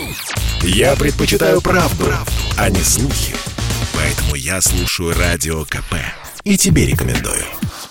Я предпочитаю правду, а не слухи. Поэтому я слушаю Радио КП. И тебе рекомендую.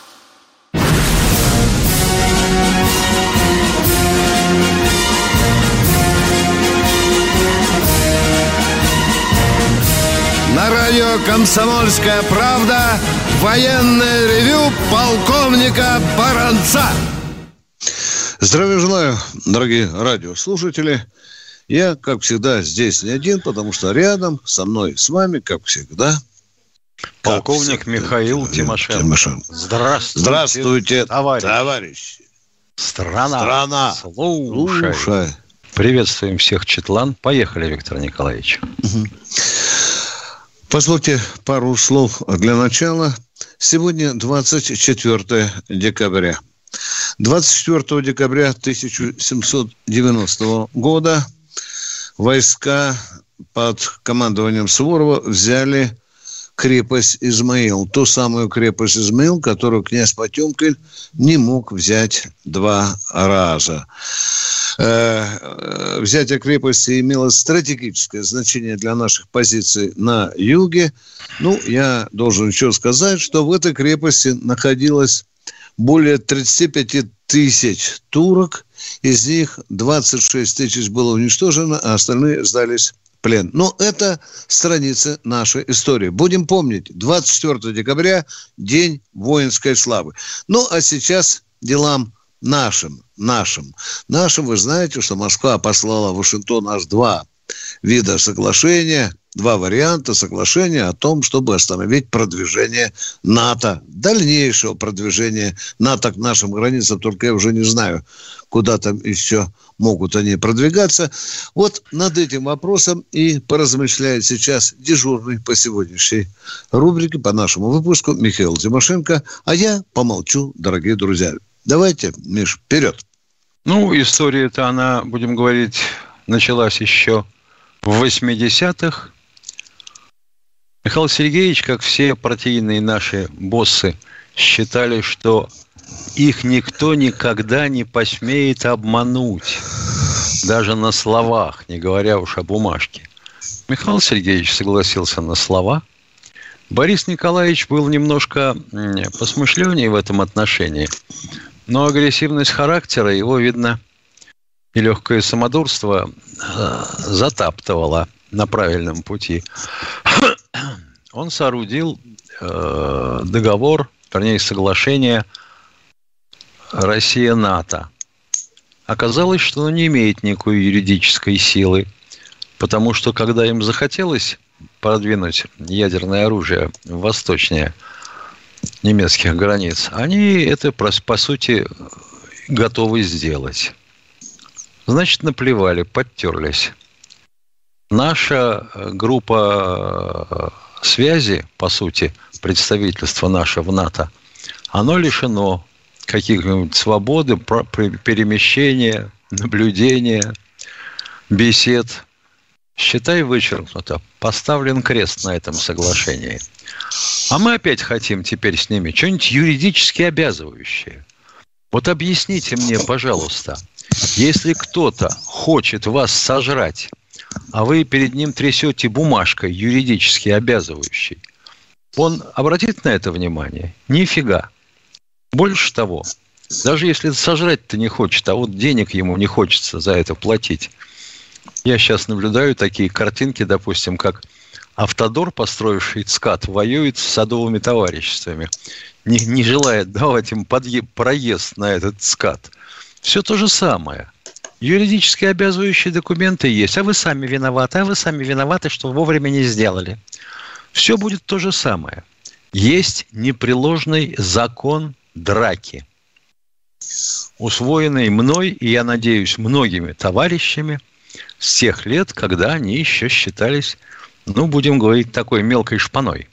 На радио «Комсомольская правда» военное ревю полковника Баранца. Здравия желаю, дорогие радиослушатели. Я, как всегда, здесь не один, потому что рядом со мной, с вами, как всегда, полковник Михаил Тимошенко. Здравствуйте, товарищи. Страна. Слушай. Приветствуем всех четлан. Поехали, Виктор Николаевич. Позвольте пару слов для начала. Сегодня 24 декабря. 24 декабря 1790 года войска под командованием Суворова взяли крепость Измаил. Ту самую крепость Измаил, которую князь Потемкин не мог взять 2 раза. Взятие крепости имело стратегическое значение для наших позиций на юге. Я должен еще сказать, что в этой крепости находилось более 35 тысяч турок. Из них 26 тысяч было уничтожено, а остальные сдались в плен. Но это страница нашей истории. Будем помнить, 24 декабря – день воинской славы. А сейчас делам нашим. Вы знаете, что Москва послала в Вашингтон аж 2 вида соглашения, 2 варианта соглашения о том, чтобы остановить продвижение НАТО. Дальнейшего продвижения НАТО к нашим границам, только я уже не знаю, куда там еще могут они продвигаться. Вот над этим вопросом и поразмышляет сейчас дежурный по сегодняшней рубрике, по нашему выпуску, Михаил Тимошенко. А я помолчу, дорогие друзья. Давайте, Миш, вперед. История-то она, будем говорить, началась еще в 80-х. Михаил Сергеевич, как все партийные наши боссы, считали, что их никто никогда не посмеет обмануть. Даже на словах, не говоря уж о бумажке. Михаил Сергеевич согласился на слова. Борис Николаевич был немножко посмышленнее в этом отношении. Но агрессивность характера его, видно, и легкое самодурство затаптывало на правильном пути. Он соорудил договор, соглашение Россия-НАТО. Оказалось, что он не имеет никакой юридической силы, потому что, когда им захотелось продвинуть ядерное оружие восточнее немецких границ, они это, по сути, готовы сделать. Значит, наплевали, подтерлись. Наша группа связи, по сути, представительство наше в НАТО, оно лишено каких-нибудь свободы, перемещения, наблюдения, бесед. Считай, вычеркнуто. Поставлен крест на этом соглашении. А мы опять хотим теперь с ними что-нибудь юридически обязывающее. Вот объясните мне, пожалуйста, если кто-то хочет вас сожрать, а вы перед ним трясете бумажкой юридически обязывающей, он обратит на это внимание? Нифига. Больше того, даже если сожрать-то не хочет, а вот денег ему не хочется за это платить. Я сейчас наблюдаю такие картинки, допустим, как Автодор, построивший ЦКАД, воюет с садовыми товариществами, не желает давать им проезд на этот ЦКАД. Все то же самое. Юридически обязывающие документы есть, а вы сами виноваты, что вовремя не сделали. Все будет то же самое. Есть непреложный закон драки, усвоенный мной и, я надеюсь, многими товарищами с тех лет, когда они еще считались, будем говорить, такой мелкой шпаной.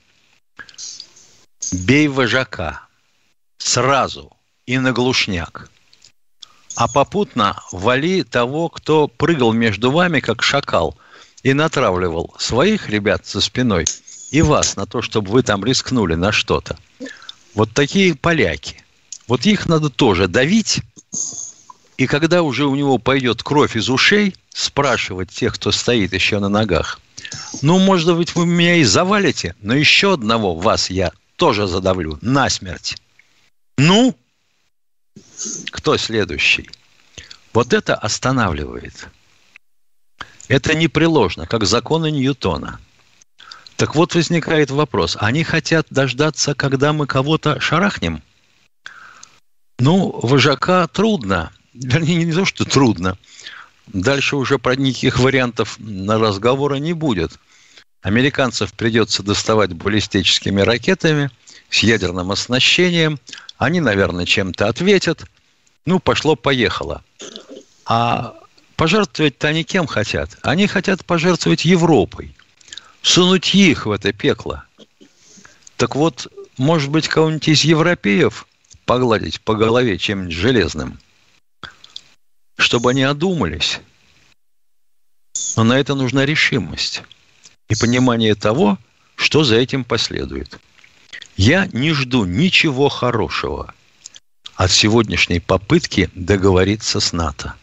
Бей вожака сразу и на глушняк, а попутно вали того, кто прыгал между вами, как шакал, и натравливал своих ребят за спиной и вас на то, чтобы вы там рискнули на что-то. Вот такие поляки. Вот их надо тоже давить, и когда уже у него пойдет кровь из ушей, спрашивать тех, кто стоит еще на ногах: ну, может быть, вы меня и завалите, но еще одного вас я тоже задавлю насмерть. Ну, кто следующий? Вот это останавливает. Это непреложно, как законы Ньютона. Так вот, возникает вопрос. Они хотят дождаться, когда мы кого-то шарахнем? Ну, вожака трудно. Вернее, не то, что трудно. Дальше уже про никаких вариантов на разговора не будет. Американцев придется доставать баллистическими ракетами с ядерным оснащением. Они, наверное, чем-то ответят. Ну, пошло-поехало. А пожертвовать-то они кем хотят? Они хотят пожертвовать Европой. Сунуть их в это пекло. Так вот, может быть, кого-нибудь из европеев погладить по голове чем-нибудь железным, чтобы они одумались. Но на это нужна решимость и понимание того, что за этим последует. Я не жду ничего хорошего от сегодняшней попытки договориться с НАТО.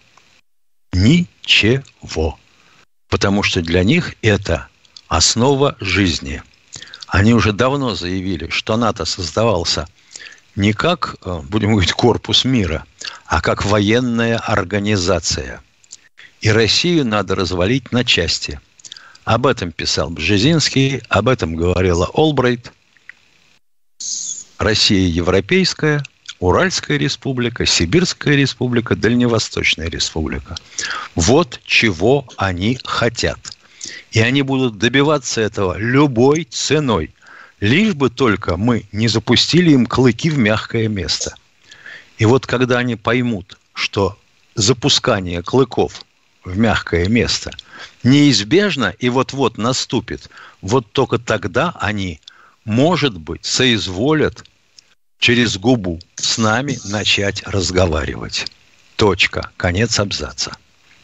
Ничего. Потому что для них это основа жизни. Они уже давно заявили, что НАТО создавался не как, будем говорить, корпус мира, а как военная организация. И Россию надо развалить на части. Об этом писал Бжезинский, об этом говорила Олбрайт. Россия европейская, Уральская республика, Сибирская республика, Дальневосточная республика. Вот чего они хотят. И они будут добиваться этого любой ценой. Лишь бы только мы не запустили им клыки в мягкое место. И вот когда они поймут, что запускание клыков в мягкое место неизбежно и вот-вот наступит, вот только тогда они, может быть, соизволят через губу с нами начать разговаривать. Точка. Конец абзаца.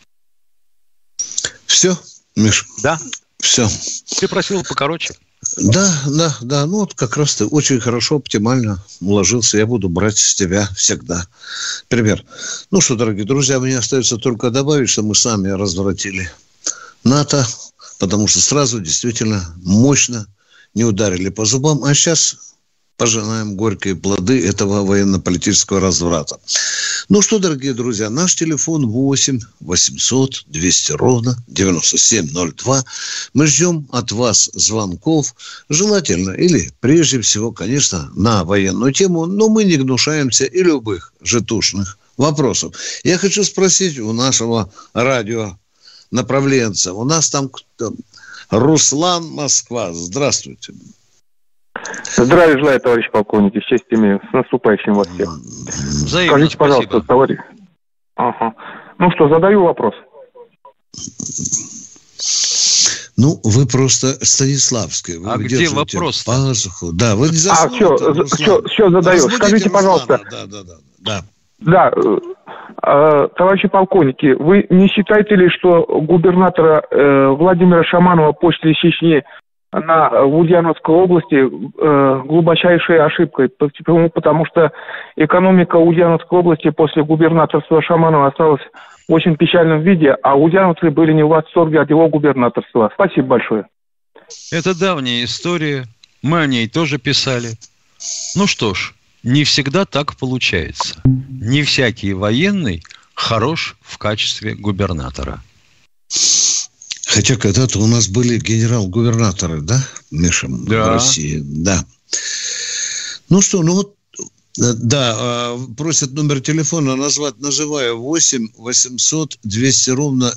Все, Миш? Да. Все. Ты просил покороче. Да. Ну, вот как раз ты очень хорошо, оптимально уложился. Я буду брать с тебя всегда пример. Ну что, дорогие друзья, мне остается только добавить, что мы сами развратили НАТО, потому что сразу действительно мощно не ударили по зубам. А сейчас пожинаем горькие плоды этого военно-политического разврата. Ну что, дорогие друзья, наш телефон 8 800 200 ровно 9702. Мы ждем от вас звонков, желательно или прежде всего, конечно, на военную тему, но мы не гнушаемся и любых житушных вопросов. Я хочу спросить у нашего радионаправленца, у нас там Руслан, Москва. Здравствуйте. Здравия желаю, товарищ полковник, и счастья имею. С наступающим вас всех. Скажите, пожалуйста, товарищ. Ага. Ну что, задаю вопрос. Ну, вы просто Станиславский. Вы где вопрос? Пазуху. Да, вы не все задаю. Скажите, пожалуйста. Да. Товарищи полковники, вы не считаете ли, что губернатора Владимира Шаманова после Чечни в Ульяновской области глубочайшей ошибкой? Почему? Потому что экономика Ульяновской области после губернаторства Шаманова осталась в очень печальном виде, а ульяновцы были не в восторге от его губернаторства. Спасибо большое. Это давняя история. Мы о ней тоже писали. Ну что ж, не всегда так получается. Не всякий военный хорош в качестве губернатора. Хотя когда-то у нас были генерал-губернаторы, да, Миша, в России? Да. Ну что, просят номер телефона назвать, называю 8 800 200 ровно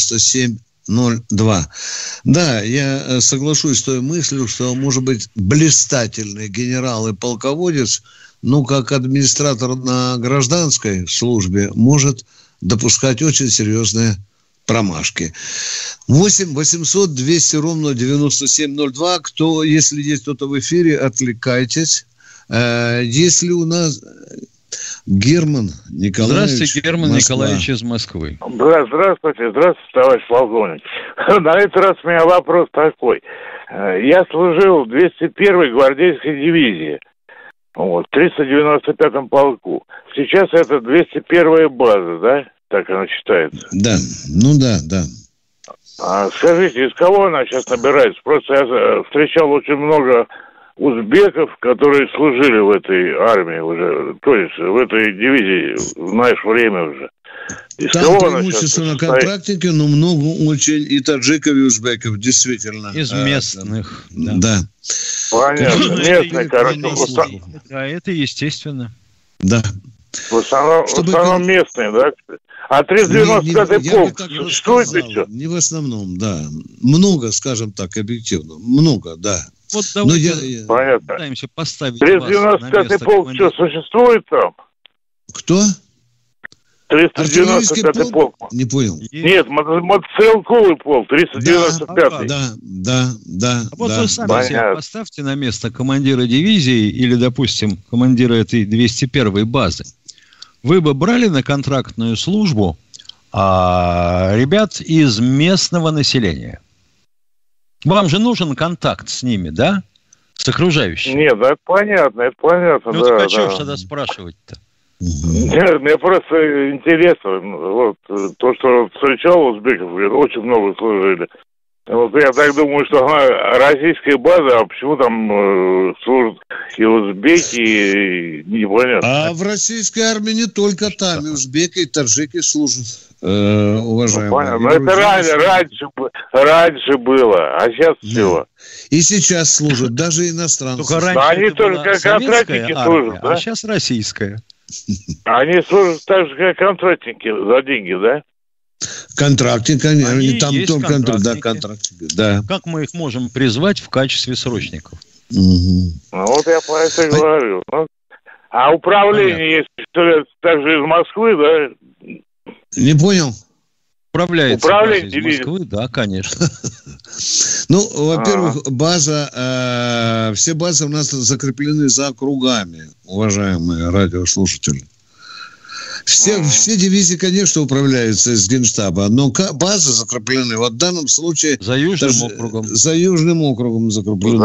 9702. Да, я соглашусь с той мыслью, что, может быть, блистательный генерал и полководец, как администратор на гражданской службе, может допускать очень серьезные промашки. 8 800 200 ровно 9702. Если есть кто-то в эфире, отвлекайтесь. Если у нас Герман Николаевич. Здравствуйте, Герман Николаевич из Москвы. Здравствуйте, товарищ полковник. На этот раз у меня вопрос такой. Я служил в 201-й гвардейской дивизии, в 395-м полку. Сейчас это 201-я база, да? Так она считается. Да, да. Скажите, из кого она сейчас набирается? Просто я встречал очень много узбеков, которые служили в этой армии уже, то есть в этой дивизии в наше время уже. Там преимущественно контрактники, но много очень и таджиков, и узбеков, действительно. Из местных. Да. Понятно. Местные, короче. Да, это естественно. Да. В основном местные, да? А 395-й полк существует еще? Не в основном, да. Много, скажем так, объективно. Много, да. Вот давайте пытаемся поставить 395-й полк что, существует там? Кто? 395-й полк. Не понял. Нет, мотострелковый полк, 395-й. Да. Вот вы сами себя поставьте на место командира дивизии или, допустим, командира этой 201-й базы. Вы бы брали на контрактную службу ребят из местного населения? Вам же нужен контакт с ними, да? С окружающими. Нет, это понятно, Ну, так а что ж тогда спрашивать-то? Нет, мне просто интересно. Вот, то, что встречал узбеков, очень много служили. Вот я так думаю, что она российская база, а почему там служат и узбеки, и непонятно. А в российской армии не только там, и узбеки, и таджики служат, уважаемые. Понятно, это раньше было, а сейчас чего? И сейчас служат, даже иностранцы. Только раньше они только контрактники служат, да? А сейчас российская. Они служат так же, как контрактники, за деньги, да? Контрактники, они там есть только контрактники. Да. Как мы их можем призвать в качестве срочников? Угу. Ну, вот я по это и говорю. А управление есть, что ли, также из Москвы, да? Не понял. Управляется из Москвы, да, конечно. Ну, во-первых, база, все базы у нас закреплены за округами, уважаемые радиослушатели. Все дивизии, конечно, управляются из Генштаба, но базы закреплены. Вот в данном случае... За Южным округом. За Южным округом закреплены.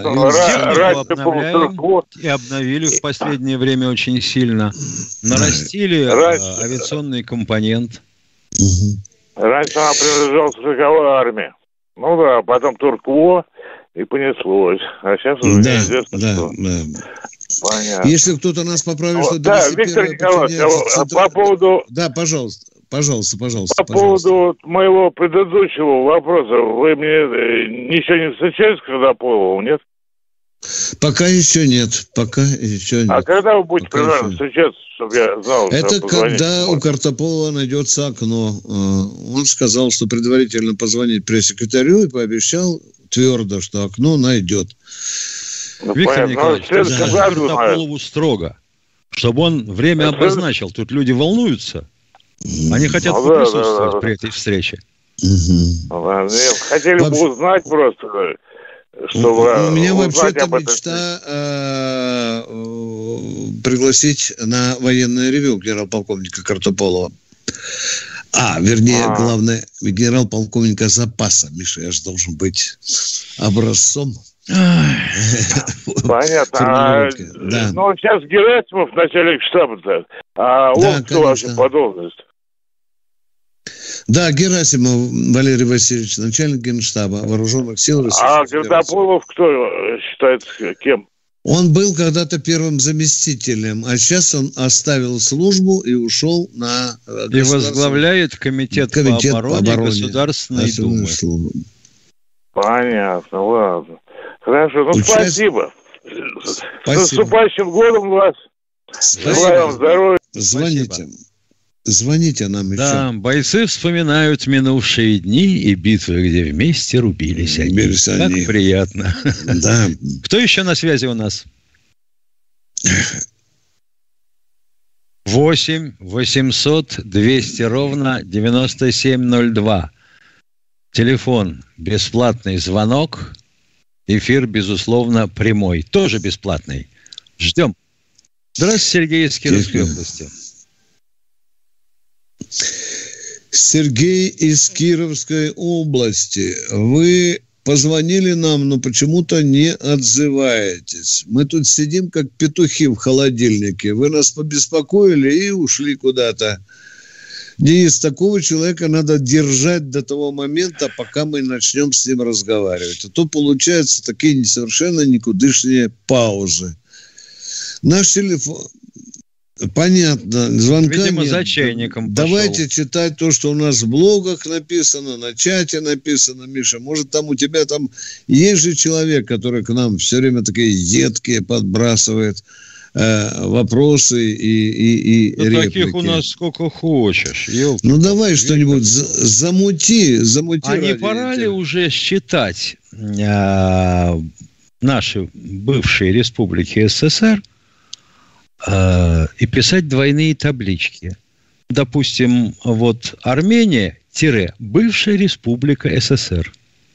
И обновили в последнее время очень сильно. Нарастили авиационный компонент. Раньше она принадлежала Сороковой армии. Ну да, потом Туркво, и понеслось. А сейчас уже неизвестно, что. Понятно. Если кто-то нас поправит, что... Да, Виктор Николаевич, по поводу... Да, пожалуйста. По поводу моего предыдущего вопроса, вы мне ничего не встречались с Картополовым, нет? Пока еще нет. А когда вы будете примерно встречаться, чтобы я знал, это когда у Картополова найдется окно. Он сказал, что предварительно позвонит пресс-секретарю и пообещал твердо, что окно найдет. Виктор Николаевич, Картополову строго, чтобы он время обозначил. Тут люди волнуются. Они хотят присутствовать при этой встрече. Хотели бы узнать просто... У меня вообще-то мечта пригласить на военное ревю генерал-полковника Картополова. Главное, генерал-полковника запаса. Миша, я же должен быть образцом. Понятно. Ну, сейчас Герасимов начальник штаба-то. А он кто вообще по должности? Да, Герасимов Валерий Васильевич, начальник Генштаба вооруженных сил Российской Федерации. А Картополов кто считается кем? Он был когда-то первым заместителем, а сейчас он оставил службу и ушел на... И возглавляет комитет по обороне Государственной Думы. Понятно, ладно. Хорошо, спасибо. С наступающим годом вас. Желаю вам здоровья. Звоните нам еще. Да, бойцы вспоминают минувшие дни и битвы, где вместе рубились они. Как приятно. Да. Кто еще на связи у нас? 8 800 200 ровно 9702. Телефон бесплатный звонок. Эфир, безусловно, прямой. Тоже бесплатный. Ждем. Здравствуйте, Сергей из Кировской области. Сергей из Кировской области. Вы позвонили нам, но почему-то не отзываетесь. Мы тут сидим, как петухи в холодильнике. Вы нас побеспокоили и ушли куда-то. Денис, такого человека надо держать до того момента, пока мы начнем с ним разговаривать. А то получаются такие совершенно никудышные паузы. Наш телефон... Понятно, звонка видимо, нет. За чайником Давайте пошел. читать то, что у нас в блогах написано, на чате написано, Миша. Может, там у тебя там есть же человек, который к нам все время такие едкие подбрасывает вопросы и реплики. Таких у нас сколько хочешь. Ёлки. Ну, давай что-нибудь замути. А не пора ли уже считать наши бывшие республики СССР и писать двойные таблички? Допустим, вот Армения – бывшая республика СССР.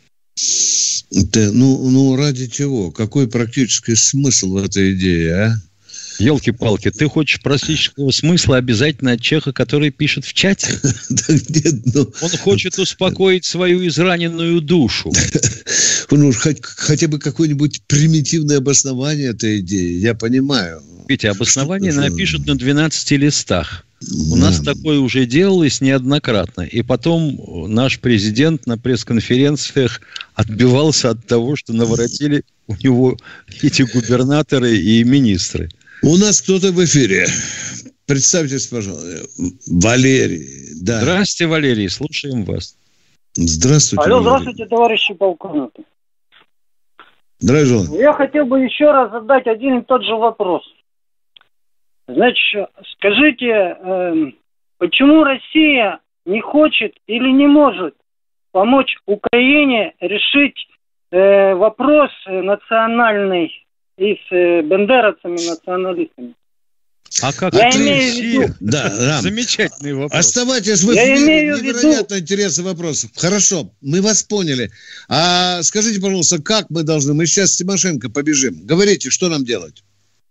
Ну, ради чего? Какой практический смысл в этой идее, а? Елки-палки, ты хочешь практического смысла обязательно от человека, который пишет в чате? Он хочет успокоить свою израненную душу. Ну, хотя бы какое-нибудь примитивное обоснование этой идеи, я понимаю. Видите, обоснование напишут на 12 листах. У нас такое уже делалось неоднократно. И потом наш президент на пресс-конференциях отбивался от того, что наворотили у него эти губернаторы и министры. У нас кто-то в эфире. Представьтесь, пожалуйста. Валерий. Да. Здравствуйте, Валерий. Слушаем вас. Здравствуйте, Алло, Валерий. здравствуйте, товарищи полковники. Здравствуйте. Я хотел бы еще раз задать один и тот же вопрос. Значит, скажите, почему Россия не хочет или не может помочь Украине решить вопрос национальный и с бандеровцами-националистами? А как я имею в виду... Да. Замечательный вопрос. Оставайтесь в эфире. Невероятно интересный вопрос. Хорошо, мы вас поняли. А скажите, пожалуйста, как мы должны? Мы сейчас с Тимошенко побежим. Говорите, что нам делать?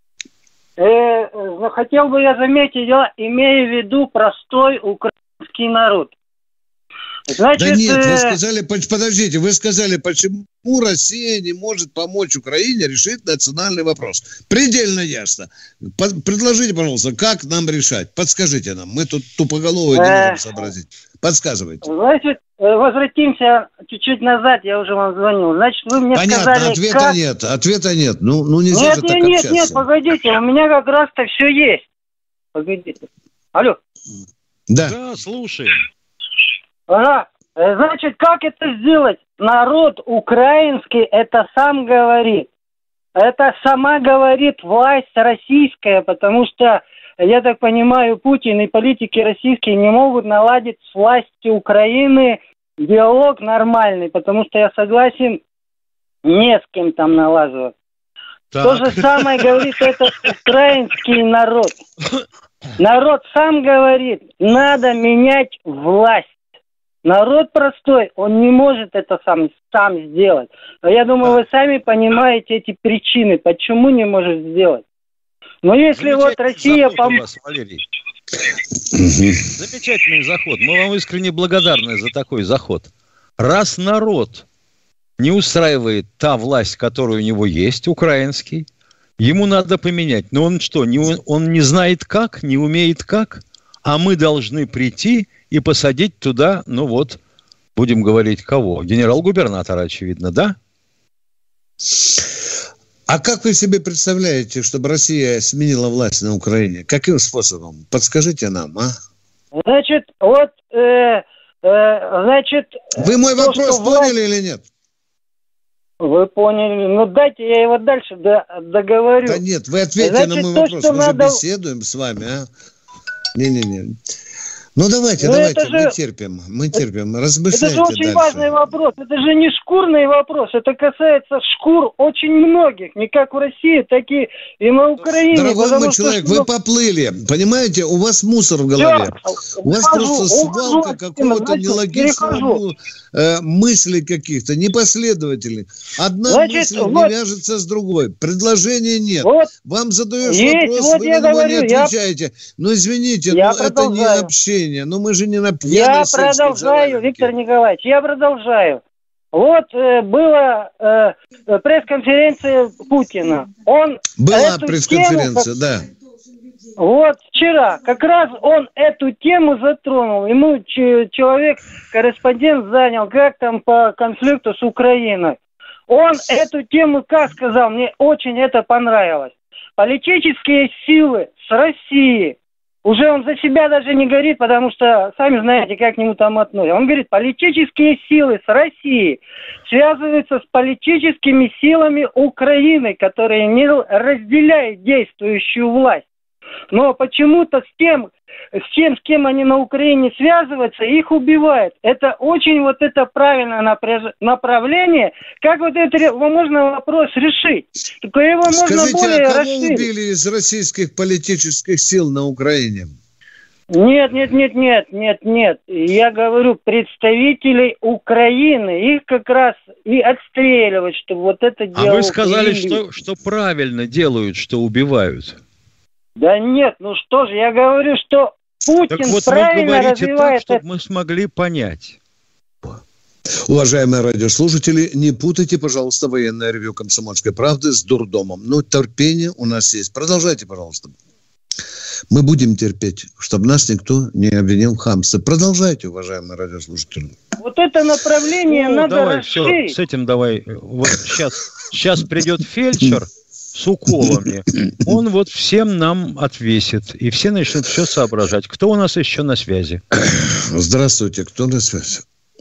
Хотел бы я заметить, я имею в виду простой украинский народ. Значит, да нет, вы сказали, подождите, вы сказали, почему Россия не может помочь Украине решить национальный вопрос. Предельно ясно. Предложите, пожалуйста, как нам решать? Подскажите нам. Мы тут тупоголовые не можем сообразить. Подсказывайте. Значит, возвратимся чуть-чуть назад, я уже вам звонил. Значит, вы мне сказали... Ответа нет. Ну нельзя же так общаться. Нет, погодите, у меня как раз-то все есть. Погодите. Алло. Да, слушаем. Ага. Значит, как это сделать? Народ украинский это сам говорит. Это сама говорит власть российская, потому что, я так понимаю, Путин и политики российские не могут наладить с властью Украины диалог нормальный, потому что я согласен, не с кем там налаживать. Так. То же самое говорит этот украинский народ. Народ сам говорит, надо менять власть. Народ простой, он не может это сам сделать. Но я думаю, вы сами понимаете эти причины, почему не может сделать. Но если вот Россия... вас, Валерий. Замечательный заход. Мы вам искренне благодарны за такой заход. Раз народ не устраивает та власть, которая у него есть, украинский, ему надо поменять. Но он что, он не знает как, не умеет как? А мы должны прийти и посадить туда, будем говорить, кого? Генерал-губернатора, очевидно, да? А как вы себе представляете, чтобы Россия сменила власть на Украине? Каким способом? Подскажите нам, а? Значит, Вы мой вопрос поняли или нет? Вы поняли. Ну, дайте я его дальше договорю. Да нет, вы ответьте на мой вопрос. Мы же беседуем с вами, а? Не-не-не. Ну, давайте, мы терпим, размышляйте. Это же очень дальше. важный вопрос, это же не шкурный вопрос, это касается шкур очень многих, не как в России, так и на Украине. Дорогой мой человек, вы поплыли, понимаете, у вас мусор в голове, у вас просто свалка какого-то нелогичного мысли каких-то, непоследовательных. Одна мысль не вяжется с другой, предложения нет. Вам задаешь вопрос, вы на него не отвечаете. Ну, извините, но это не общение. Но мы же не на пьяной Я продолжаю, Виктор Николаевич, я продолжаю. Вот была пресс-конференция Путина. Была пресс-конференция, да. Вот вчера как раз он эту тему затронул. Ему человек-корреспондент занял, как там по конфликту с Украиной. Он эту тему как сказал, мне очень это понравилось. Политические силы с Россией. Уже он за себя даже не говорит, потому что, сами знаете, как к нему там относятся. Он говорит, политические силы с Россией связываются с политическими силами Украины, которые не разделяют действующую власть. Но почему-то с кем они на Украине связываются, их убивают. Это очень вот это правильное направление. Как вот это можно вопрос решить? Только его можно более кого расширить. убили из российских политических сил на Украине? Нет. Я говорю, представителей Украины. Их как раз и отстреливать, чтобы вот это дело... А вы сказали, что правильно делают, что убивают. Да нет, ну что же, я говорю, что Путин так вот правильно вы говорите развивает... так, чтобы мы смогли понять. Уважаемые радиослушатели, не путайте, пожалуйста, военное ревью «Комсомольской правды» с дурдомом. Но терпение у нас есть. Продолжайте, пожалуйста. Мы будем терпеть, чтобы нас никто не обвинил в хамстве. Продолжайте, уважаемые радиослушатели. Вот это направление надо давай, расширить. Все, с этим давай. Вот сейчас придет фельдшер с уколами. Он вот всем нам отвесит. И все начнут все соображать. Кто у нас еще на связи? Здравствуйте. Кто на связи?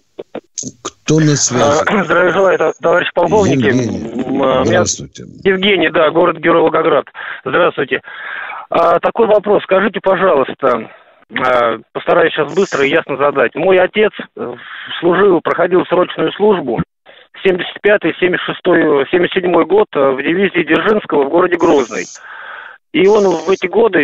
Кто на связи? Здравия желаю, товарищ полковники. Евгений. Здравствуйте. Евгений, да, город-герой Волгоград. Здравствуйте. Такой вопрос. Скажите, пожалуйста, постараюсь сейчас быстро и ясно задать. Мой отец проходил срочную службу 75-й, 76-й, 77-й год в дивизии Дзержинского в городе Грозный. И он в эти годы,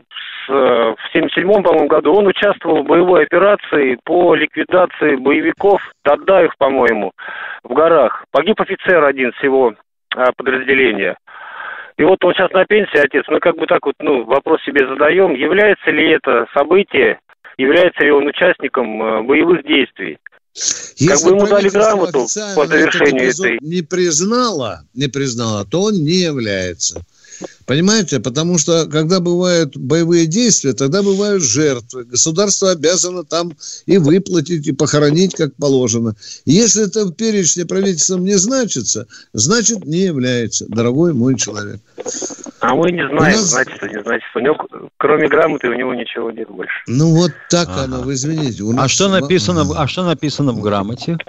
в 77-м, по-моему, году, он участвовал в боевой операции по ликвидации боевиков, Дадаев, по-моему, в горах. Погиб офицер один всего подразделения. И вот он сейчас на пенсии, отец. Мы как бы так вот, вопрос себе задаем. Является ли это событие, является ли он участником боевых действий? Если как бы ему дали грамоту по завершению этой... Не признала, то он не является. Понимаете? Потому что, когда бывают боевые действия, тогда бывают жертвы. Государство обязано там и выплатить, и похоронить, как положено. Если это в перечне правительством не значится, значит, не является, дорогой мой человек. А мы не знаем, значится, не значится. У него, кроме грамоты, у него ничего нет больше. Ну, вот так оно, вы извините. А что написано в грамоте?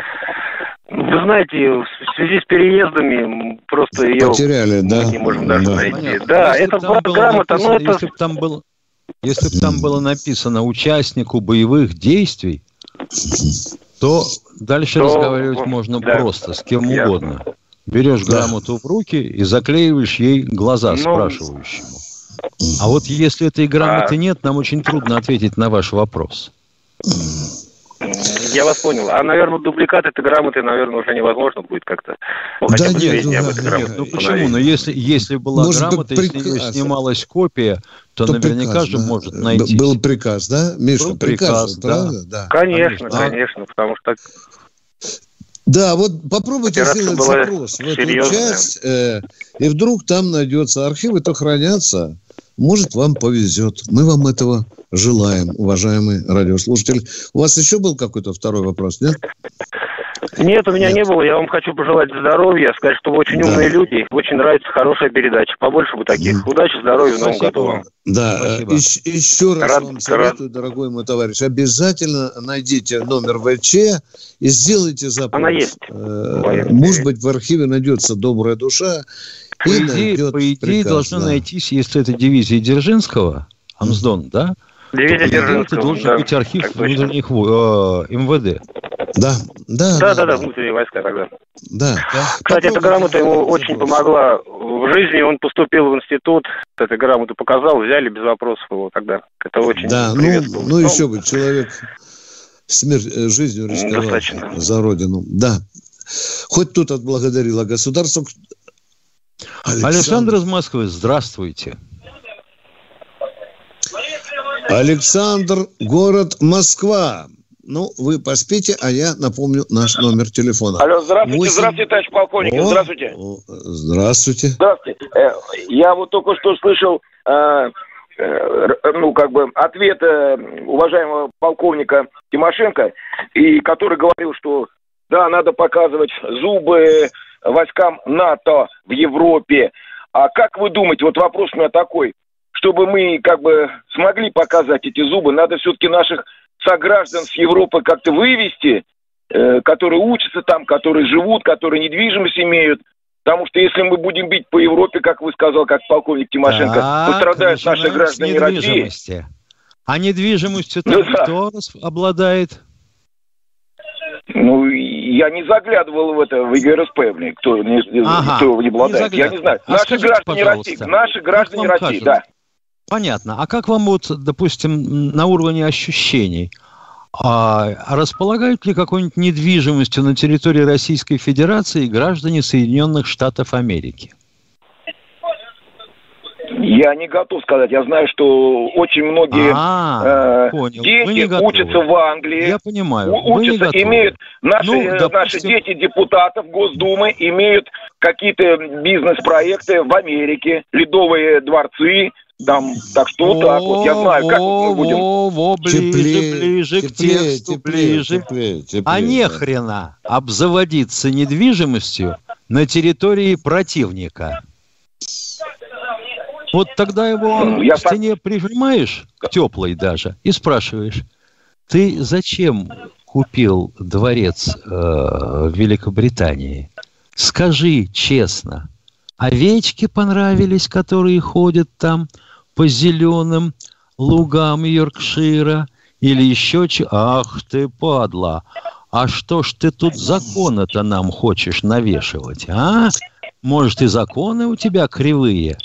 Вы знаете, в связи с переездами просто ее потеряли, да? Мы не можем даже найти. Понятно. Да, это была грамота, но это... Если бы там было написано участнику боевых действий, то дальше разговаривать можно просто, с кем угодно. Берешь грамоту в руки и заклеиваешь ей глаза спрашивающему. А вот если этой грамоты нет, нам очень трудно ответить на ваш вопрос. Я вас понял. А, наверное, дубликат этой грамоты, наверное, уже невозможно будет как-то. Да нет, почему? Но если была грамота, если ее снималась копия, то наверняка же может найти. Был приказ, да, Миша? Приказ, правда? Да. Конечно, потому что... Да, вот попробуйте сделать запрос в эту часть, и вдруг там найдется. Архивы-то хранятся. Может, вам повезет. Мы вам этого желаем, уважаемый радиослушатель. У вас еще был какой-то второй вопрос, нет? Нет, у меня не было. Я вам хочу пожелать здоровья, сказать, что вы очень умные люди. Очень нравится хорошая передача. Побольше бы таких. Удачи, здоровья в новом году вам. Да, еще раз вам советую, дорогой мой товарищ, обязательно найдите номер ВЧ и сделайте запрос. Она есть. Может быть, в архиве найдется добрая душа. По идее должна найтись, если это дивизия Дзержинского, Амсдон, да? Дивизия Дзержинского. Это должен быть архив внутренних МВД. Да, внутренние войска тогда. Да. Кстати, эта грамота ему очень помогла в жизни. Он поступил в институт, эту грамоту показал, взяли без вопросов его тогда. Это очень приветствовало. Ну еще бы, человек жизнью рисковал за родину. Да. Хоть тут отблагодарило государство. Александр из Москвы, здравствуйте. Александр, город Москва. Ну, вы поспите, а я напомню наш номер телефона. Алло, здравствуйте, здравствуйте, товарищ полковник, здравствуйте. Здравствуйте. Здравствуйте. Я вот только что слышал, ответ уважаемого полковника Тимошенко, и который говорил, что да, надо показывать зубы войскам НАТО в Европе. А как вы думаете, вот вопрос у меня такой, чтобы мы смогли показать эти зубы, надо все-таки наших сограждан с Европы как-то вывести, которые учатся там, которые живут, которые недвижимость имеют. Потому что если мы будем бить по Европе, как вы сказал, как полковник Тимошенко, пострадают наши граждане России. А недвижимостью кто обладает? Ну, я не заглядывал в ЕГРСП, кто не обладает. Я не знаю. Наши граждане России. Наши граждане России, да. Понятно. А как вам допустим, на уровне ощущений? Располагают ли какой-нибудь недвижимостью на территории Российской Федерации граждане Соединенных Штатов Америки? Я не готов сказать. Я знаю, что очень многие дети учатся в Англии. Я понимаю. Учатся, имеют наши дети депутатов Госдумы, имеют какие-то бизнес-проекты в Америке, ледовые дворцы. Там, так что так вот, я знаю, как мы будем... Ближе к тексту, ближе. А нехрена обзаводиться недвижимостью на территории противника. Вот тогда его к стене прижимаешь, к теплой даже, и спрашиваешь, ты зачем купил дворец в Великобритании? Скажи честно, овечки понравились, которые ходят там по зеленым лугам Йоркшира, или еще чего? Ах ты, падла! А что ж ты тут законы-то нам хочешь навешивать, а? Может, и законы у тебя кривые?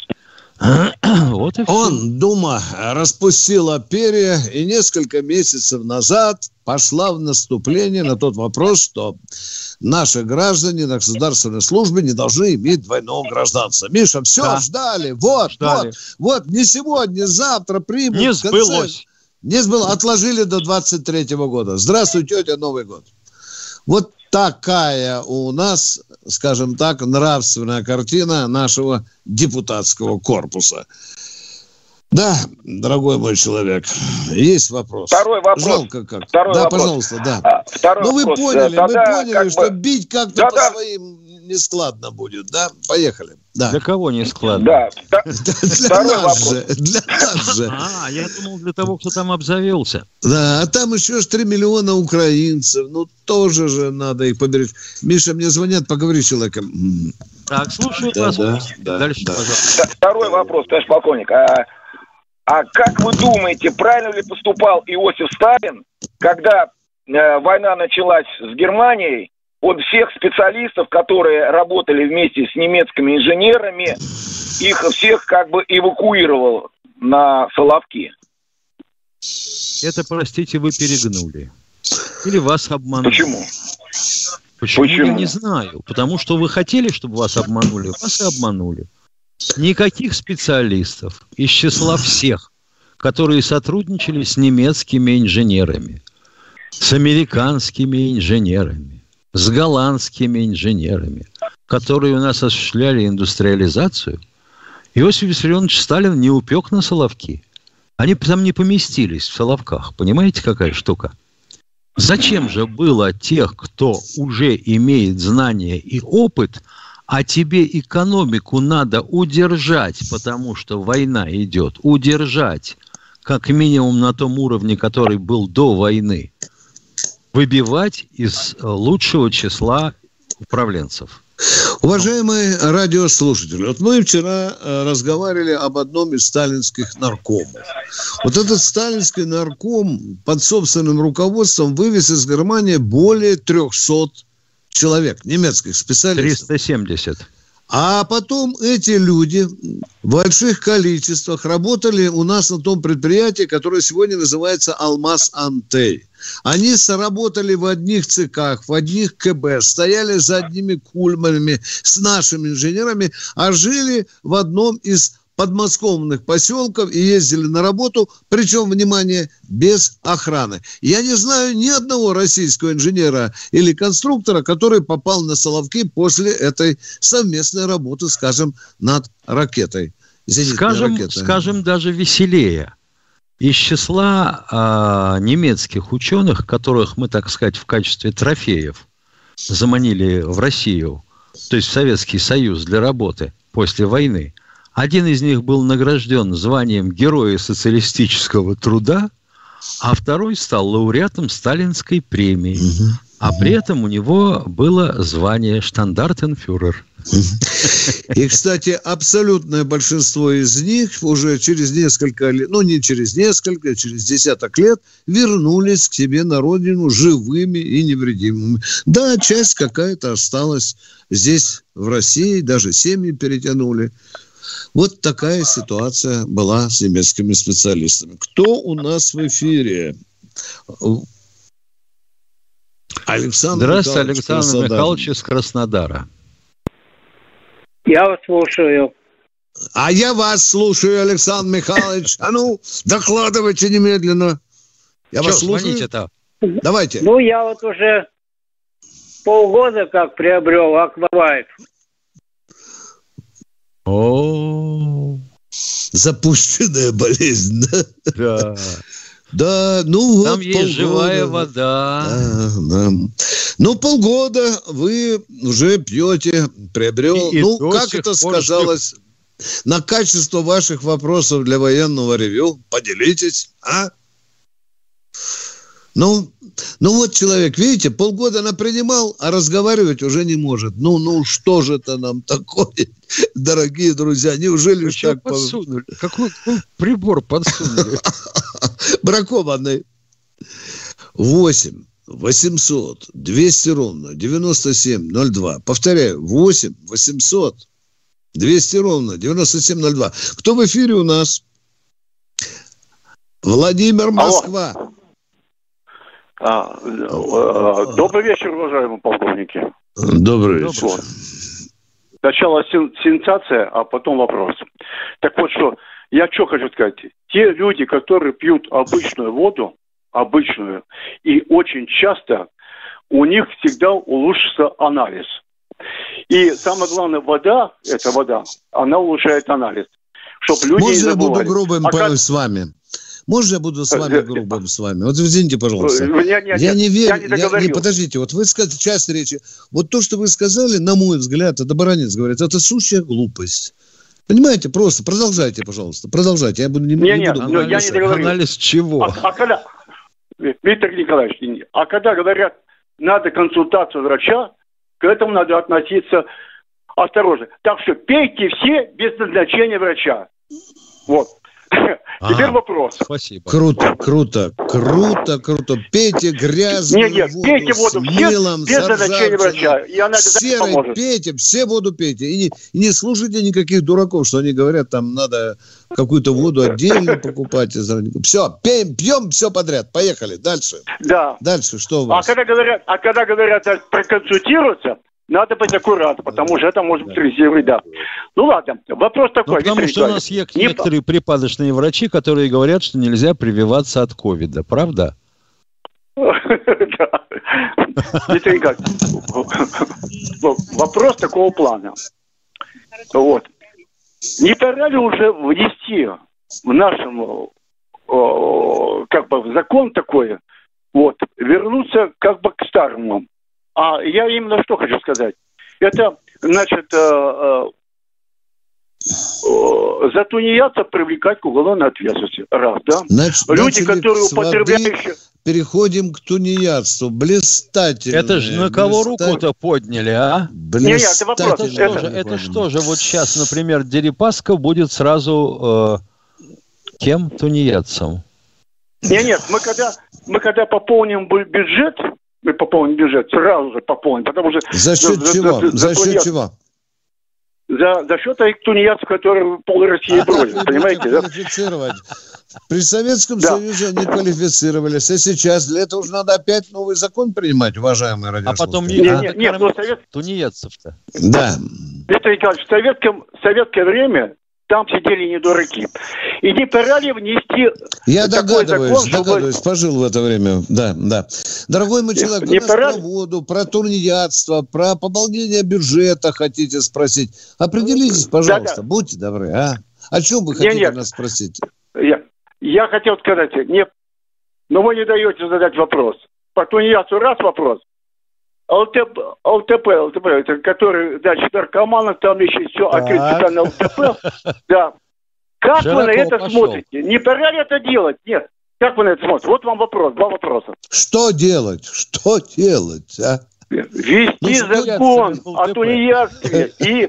Вот и все. Дума распустила перья и несколько месяцев назад пошла в наступление на тот вопрос, что наши граждане на государственной службе не должны иметь двойного гражданства. Миша, все, ждали. Вот, не сегодня, не завтра примут. Не сбылось. Не сбылось. Отложили до 23-го года. Здравствуй, тетя, Новый год. Вот такая у нас, скажем так, нравственная картина нашего депутатского корпуса. Да, дорогой мой человек, есть вопрос. Второй вопрос. Жалко как. Второй да, вопрос. Пожалуйста, да. Ну, вы поняли, что бить как-то по своим нескладно будет, да? Поехали. Да. Для кого нескладно? Да. Для нас же. Я думал, для того, кто там обзавелся. Да, а там еще 3 миллиона украинцев. Ну, тоже же надо их поберечь. Миша, мне звонят, поговори с человеком. Так, слушаю вас. Дальше, пожалуйста. Второй вопрос, товарищ полковник. А как вы думаете, правильно ли поступал Иосиф Сталин, когда война началась с Германией, он всех специалистов, которые работали вместе с немецкими инженерами, их всех эвакуировал на Соловки? Это, простите, вы перегнули. Или вас обманули. Почему? Почему? Я не знаю. Потому что вы хотели, чтобы вас обманули. Вас и обманули. Никаких специалистов из числа всех, которые сотрудничали с немецкими инженерами, с американскими инженерами, с голландскими инженерами, которые у нас осуществляли индустриализацию, Иосиф Виссарионович Сталин не упек на Соловки. Они там не поместились в Соловках. Понимаете, какая штука? Зачем же было тех, кто уже имеет знания и опыт, а тебе экономику надо удержать, потому что война идет, удержать, как минимум на том уровне, который был до войны, выбивать из лучшего числа управленцев? Уважаемые радиослушатели, вот мы вчера разговаривали об одном из сталинских наркомов. Вот этот сталинский нарком под собственным руководством вывез из Германии более 300 человек, немецких специалистов. 370. А потом эти люди в больших количествах работали у нас на том предприятии, которое сегодня называется «Алмаз-Антей». Они сработали в одних цехах, в одних КБ, стояли за одними кульманами с нашими инженерами, а жили в одном из подмосковных поселков и ездили на работу, причем, внимание, без охраны. Я не знаю ни одного российского инженера или конструктора, который попал на Соловки после этой совместной работы, скажем, над ракетой. Скажем, даже веселее. Из числа немецких ученых, которых мы, так сказать, в качестве трофеев заманили в Россию, то есть в Советский Союз для работы после войны, один из них был награжден званием Героя социалистического труда, а второй стал лауреатом Сталинской премии. А при этом у него было звание штандартенфюрер. И, кстати, абсолютное большинство из них уже через несколько лет, ну не через несколько, через десяток лет вернулись к себе на родину живыми и невредимыми. Да, часть какая-то осталась здесь, в России, даже семьи перетянули. Вот такая ситуация была с немецкими специалистами. Кто у нас в эфире? Здравствуйте, Александр Михайлович из Краснодара. Я вас слушаю. А я вас слушаю, Александр Михайлович. А ну, докладывайте немедленно. Я вас слушаю. Звоните-то? Давайте. Ну, я вот уже полгода как приобрел Аквалайф. О, запущенная болезнь, да? Да. Да, ну там вот есть полгода. Живая вода. Да. Ну, полгода вы уже пьете, приобрел. И ну, как это сказалось на качество ваших вопросов для военного ревью? Поделитесь, а? Ну вот человек, видите, полгода напринимал, а разговаривать уже не может. Ну, что же это нам такое, дорогие друзья? Неужели ж так подсунули? Какой прибор подсунули? Бракованный. 8 800 200 ровно 9702. Повторяю, 8 800 200 ровно 9702. Кто в эфире у нас? Владимир, Москва. Добрый вечер, уважаемые полковники. Добрый вечер. Вот. Сначала сенсация, а потом вопрос. Так вот что, я что хочу сказать. Те люди, которые пьют обычную воду, и очень часто у них всегда улучшится анализ. И самое главное, вода, она улучшает анализ. Чтобы люди Можно не забывали. Я буду грубым с вами? Можно я буду с вами грубым с вами? Вот извините, пожалуйста. Я не верю. Подождите, вот вы сказали, часть речи. Вот то, что вы сказали, на мой взгляд, это Баранец говорит, это сущая глупость. Понимаете, просто продолжайте, пожалуйста. Продолжайте. Я буду не буду. Я не договорил. Анализ чего? А когда, Виктор Николаевич, когда говорят, надо консультацию врача, к этому надо относиться осторожно. Так что пейте все без назначения врача. Вот. Теперь вопрос. Спасибо. Круто. Пейте грязную воду пейте воду с мылом, без назначения врача. И она серой поможет. пейте, все воду пейте. И не слушайте никаких дураков, что они говорят, там надо какую-то воду отдельно покупать. Все, пьем все подряд. Поехали. Дальше. Да. Дальше что у вас? А когда говорят проконсультироваться, надо быть аккуратным, потому что это может быть вреда. Ну ладно, вопрос такой. Потому что у нас есть некоторые припадочные врачи, которые говорят, что нельзя прививаться от ковида. Правда? Да. Виктор Николаевич, вопрос такого плана. Вот. Не пора ли уже внести в нашем в закон такое, вернуться к старому? А я именно что хочу сказать. Это, значит, за тунеядцев привлекать к уголовной ответственности. Раз, да? Люди, которые употребляющие... Переходим к тунеядству. Блистательно. Это же на кого руку-то подняли, а? Нет, это вопрос. Это что же, вот сейчас, например, Дерипаска будет сразу кем? Тунеядцем? Нет, мы когда пополним бюджет, сразу же пополним, потому что... За счет чего? За счет этих тунеядцев, которые пол России бродят, понимаете? Квалифицировать. При Советском Союзе они квалифицировались, а сейчас для этого уже надо опять новый закон принимать, уважаемые радиослушатели. А потом нет, тунеядцев-то. Да. Виктор Николаевич, в советское время там сидели не дураки. И не пора ли внести Я такой догадываюсь, закон, пожил в это время. Да. Дорогой мой человек, не вы пора... нас про воду, про тунеядство, про пополнение бюджета хотите спросить. Определитесь, пожалуйста, Да. будьте добры, а? О чем вы хотите нас спросить? Я хотел сказать, но вы не даете задать вопрос. По тунеядству раз вопрос. ЛТП, это который, значит, наркоманы, там еще все, специально ЛТП. Да. Как вы на это смотрите? Не пора ли это делать? Нет. Как вы на это смотрите? Вот вам вопрос, два вопроса. Что делать, а? Ввести закон о тунеядстве и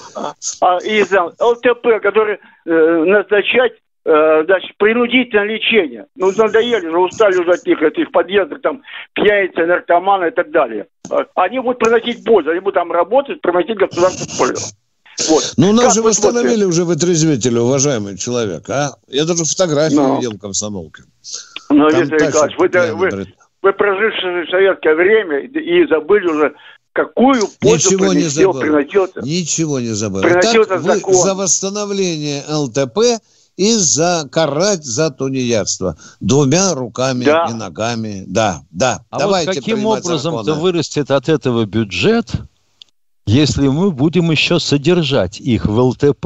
ЛТП, который назначать принудительное лечение. Надоели уже, устали уже от них, этих подъездов, там, пьяницы, наркоманы и так далее. Они будут приносить пользу, они будут там работать, приносить государству пользу. Вот. Нас же восстановили уже вытрезвителя, уважаемый человек, а? Я даже фотографию видел в комсомолке. Виктор Николаевич, вы прожившие советское время и забыли уже, какую пользу приносил. Ничего не забыл. Так вы за восстановление ЛТП и карать за тунеядство. 2 руками и ногами. Да. А давайте вот каким образом-то вырастет от этого бюджет, если мы будем еще содержать их в ЛТП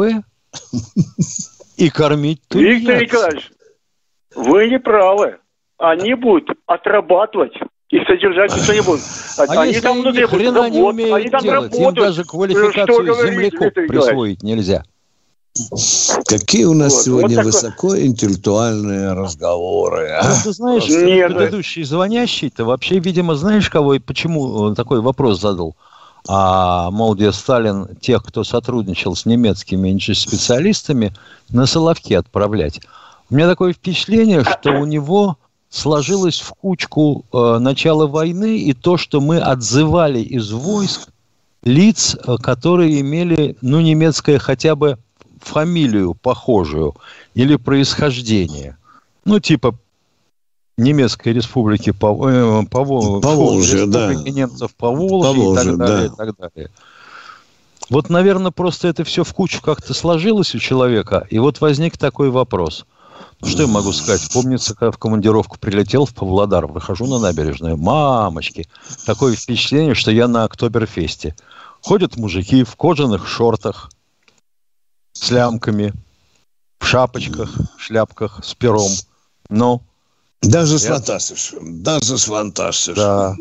и кормить тунеядцев? Виктор Николаевич, вы не правы. Они будут отрабатывать и содержать никто не будет. Они если там ни хрена не умеют делать, им даже квалификацию земляков присвоить нельзя. Какие у нас сегодня высокоинтеллектуальные разговоры. Ты знаешь, предыдущий звонящий-то вообще, видимо, знаешь кого и почему такой вопрос задал? Мол, где Сталин тех, кто сотрудничал с немецкими специалистами, на Соловки отправлять. У меня такое впечатление, что у него сложилось в кучку начала войны и то, что мы отзывали из войск лиц, которые имели, немецкое хотя бы фамилию похожую или происхождение. Типа Немецкой республики Поволжье, республики немцев Поволжье и так далее, и так далее. Вот, наверное, просто это все в кучу как-то сложилось у человека, и вот возник такой вопрос. Что я могу сказать? Помнится, когда в командировку прилетел в Павлодар, выхожу на набережную, мамочки, такое впечатление, что я на Октоберфесте. Ходят мужики в кожаных шортах, с лямками, в шапочках, шляпках, с пером. Даже с фантастишем. Да.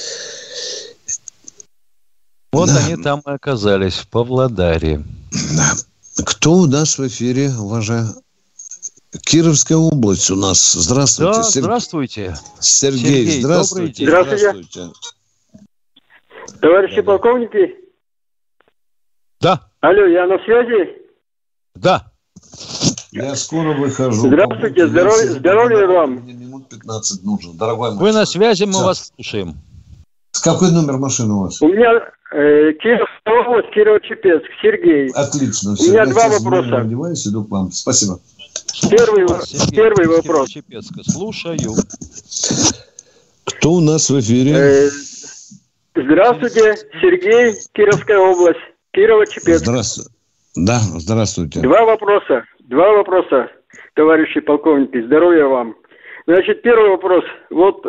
Вот они там и оказались, в Павлодаре. Да. Кто у нас в эфире, уважаемый? Кировская область у нас. Здравствуйте. Да, здравствуйте. Сергей, здравствуйте. Здравствуйте. Товарищи полковники? Да. Алло, я на связи? Да. Я скоро выхожу. Здравствуйте, здоровья вам. Мне минут 15 нужно, дорогой мой. Вы на связи, мы вас слушаем. С какой номер машины у вас? У меня Кирово-Чепецк, Сергей. Отлично. У меня 2 вопроса. Одеваюсь, иду к вам. Спасибо. Первый вопрос. Слушаю. Кто у нас в эфире? Здравствуйте, Сергей, Кировская область, Кирово-Чепецк. Здравствуйте. 2 вопроса, товарищи полковники. Здоровья вам. Значит, первый вопрос. Вот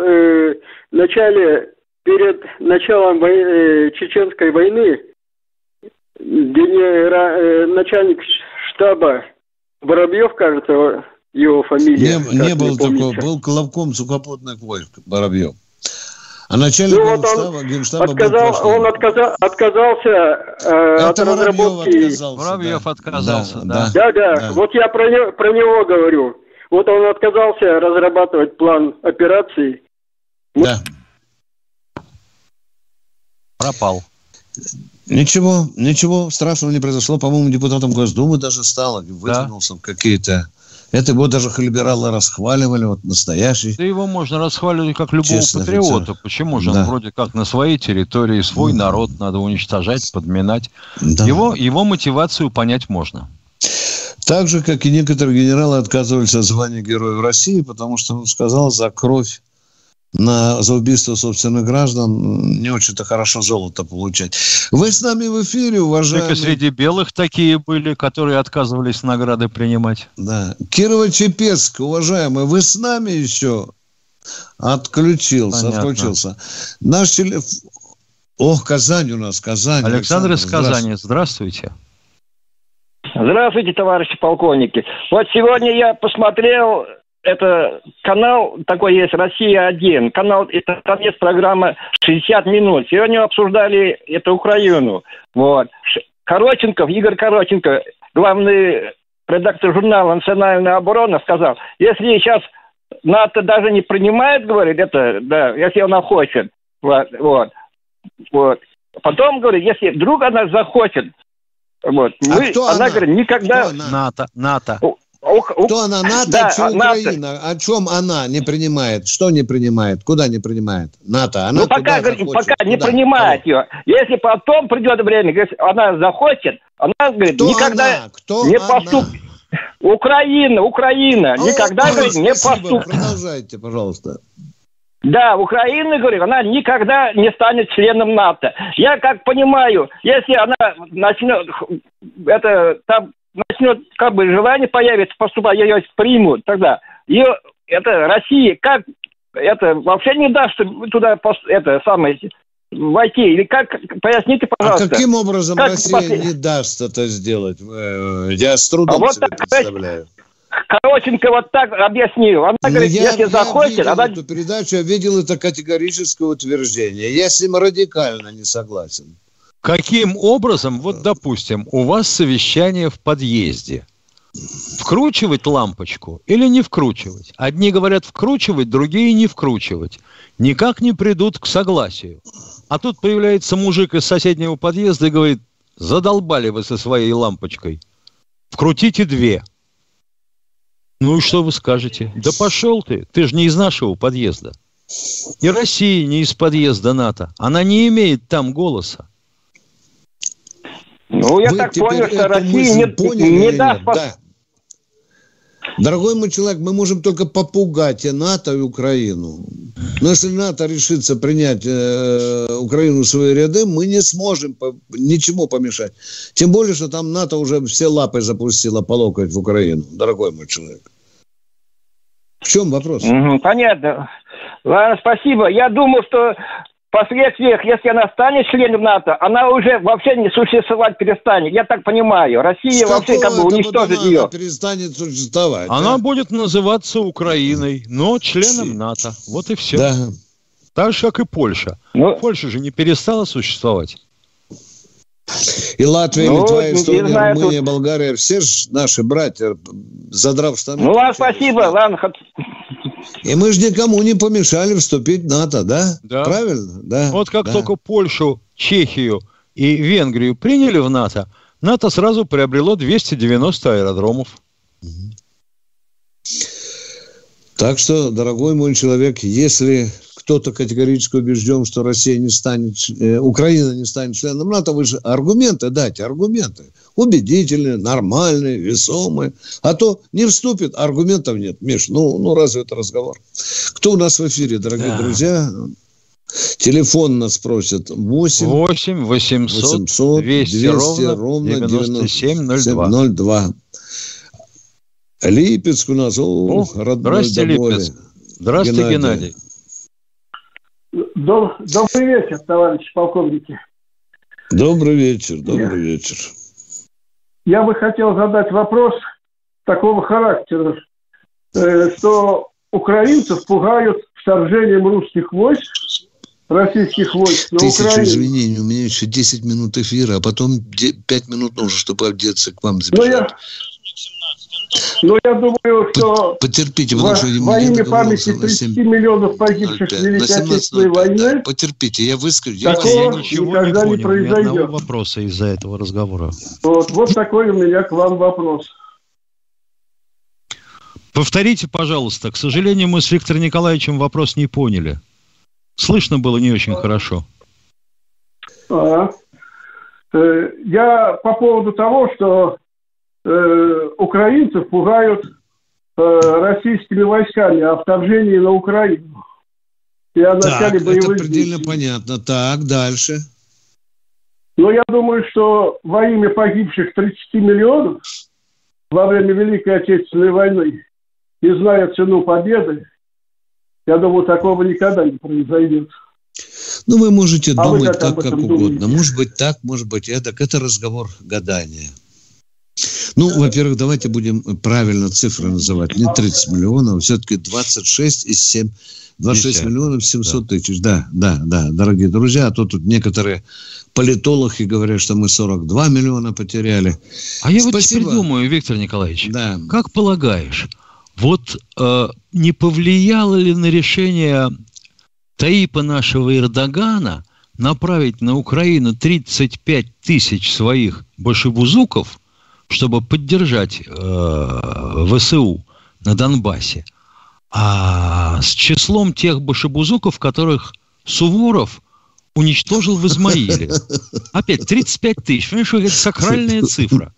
перед началом Чеченской войны начальник штаба Воробьев, кажется, его фамилия. Не был такой, был главком сухопутных войск Воробьев. А начальник Генштаба он отказался от разработки. Воробьев отказался, да. Да. Вот я про него говорю. Вот он отказался разрабатывать план операций. Да. Пропал. Ничего страшного не произошло. По-моему, депутатом Госдумы даже стал. Вытянулся в какие-то... Это его даже либералы расхваливали, вот настоящий. Да его можно расхваливать как любого патриота. Почему же? Он вроде как на своей территории, свой народ надо уничтожать, подминать. Да. Его мотивацию понять можно. Так же, как и некоторые генералы отказывались от звания Героя России, потому что он сказал, за кровь за убийство собственных граждан не очень-то хорошо золото получать. Вы с нами в эфире, уважаемые... Так и среди белых такие были, которые отказывались награды принимать. Да. Кирово-Чепецк, уважаемые, вы с нами еще? Отключился. Наш телефон... Казань у нас, Казань. Александр из Казани, здравствуйте. Здравствуйте, товарищи полковники. Вот сегодня я посмотрел, это канал такой есть, «Россия-1». Канал, там есть программа «60 минут». Сегодня обсуждали эту Украину. Вот. Игорь Короченко, главный редактор журнала «Национальная оборона», сказал, если сейчас НАТО даже не принимает, говорит, если она хочет. Вот. Потом, говорит, если вдруг она захочет, она говорит, никогда... НАТО. Кто она? НАТО, да, что Украина? О чем она не принимает? Что не принимает? Куда не принимает? НАТО. Она пока не принимает ее. Если потом придет время, если она захочет, она, говорит, кто никогда не поступит. Украина. Никогда, говорит, не поступит. Продолжайте, пожалуйста. Да, Украина, говорит, она никогда не станет членом НАТО. Я как понимаю, если она начнет, как бы желание появится поступать, ее примут, тогда Россия вообще не даст туда войти. Или как, поясните, пожалуйста. А каким образом Россия не даст это сделать? Я с трудом себе представляю. Короченко вот так объяснил. Она говорит, если захочет... Я видел эту передачу, я видел это категорическое утверждение. Я с ним радикально не согласен. Каким образом, вот допустим, у вас совещание в подъезде. Вкручивать лампочку или не вкручивать? Одни говорят вкручивать, другие не вкручивать. Никак не придут к согласию. А тут появляется мужик из соседнего подъезда и говорит, задолбали вы со своей лампочкой. Вкрутите 2. Ну и что вы скажете? Да пошел ты же не из нашего подъезда. И Россия не из подъезда НАТО. Она не имеет там голоса. Ну, я так понял, что Россия не даст... Да. Дорогой мой человек, мы можем только попугать и НАТО, и Украину. Но если НАТО решится принять Украину в свои ряды, мы не сможем ничему помешать. Тем более, что там НАТО уже все лапы запустило по локоть в Украину, дорогой мой человек. В чем вопрос? Понятно. Ладно, спасибо. Я думаю, что впоследствии, если она станет членом НАТО, она уже вообще не существовать перестанет. Я так понимаю. Россия вообще как бы уничтожит ее. Она перестанет существовать. Она будет называться Украиной, но членом НАТО. Вот и все. Да. Так же, как и Польша. Польша же не перестала существовать. И Латвия, Литва, Эстония, Румыния, Болгария, все же наши братья, задрав штаны. Ну, ладно, спасибо, ладно. И мы же никому не помешали вступить в НАТО, да? Да. Правильно? Да. Вот как только Польшу, Чехию и Венгрию приняли в НАТО, НАТО сразу приобрело 290 аэродромов. Так что, дорогой мой человек, если кто-то категорически убежден, что Россия не станет, Украина не станет членом НАТО, вы же аргументы дайте, аргументы. Убедительные, нормальные, весомые. А то не вступит, аргументов нет. Миш, ну разве это разговор? Кто у нас в эфире, дорогие друзья? Телефон нас просят 8 800 200 ровно 9702. Липецк у нас, родной до боли. Здравствуйте, Геннадий. Добрый вечер, товарищи полковники. Добрый вечер. Я бы хотел задать вопрос такого характера, что украинцев пугают вторжением русских войск, российских войск на Украину. Тысячу извинений, у меня еще 10 минут эфира, а потом 5 минут нужно, чтобы одеться к вам забежать. Но я думаю, что потерпите, во имя памяти 30 миллионов погибших в Великой Отечественной войне... Да, потерпите, я выскажу. Я ничего не понял, ни одного вопроса из-за этого разговора. Вот такой у меня к вам вопрос. Повторите, пожалуйста. К сожалению, мы с Виктором Николаевичем вопрос не поняли. Слышно было не очень хорошо. Я по поводу того, что украинцев пугают российскими войсками о вторжении на Украину. и о начале боевых это предельно понятно. Так, дальше. Но я думаю, что во имя погибших 30 миллионов во время Великой Отечественной войны и зная цену победы, я думаю, такого никогда не произойдет. Ну, вы можете думать так, как угодно. Думаете? Может быть так, может быть эдак. Это разговор гадания. Ну, во-первых, давайте будем правильно цифры называть. Не 30 миллионов, все-таки 26 миллионов 700 тысяч. Да, дорогие друзья. А то тут некоторые политологи говорят, что мы 42 миллиона потеряли. А я вот теперь думаю, Виктор Николаевич, как полагаешь, вот не повлияло ли на решение Таипа нашего Эрдогана направить на Украину 35 тысяч своих башибузуков, чтобы поддержать ВСУ на Донбассе, а с числом тех башибузуков, которых Суворов уничтожил в Измаиле? Опять 35 тысяч. Понимаешь, это сакральная цифра.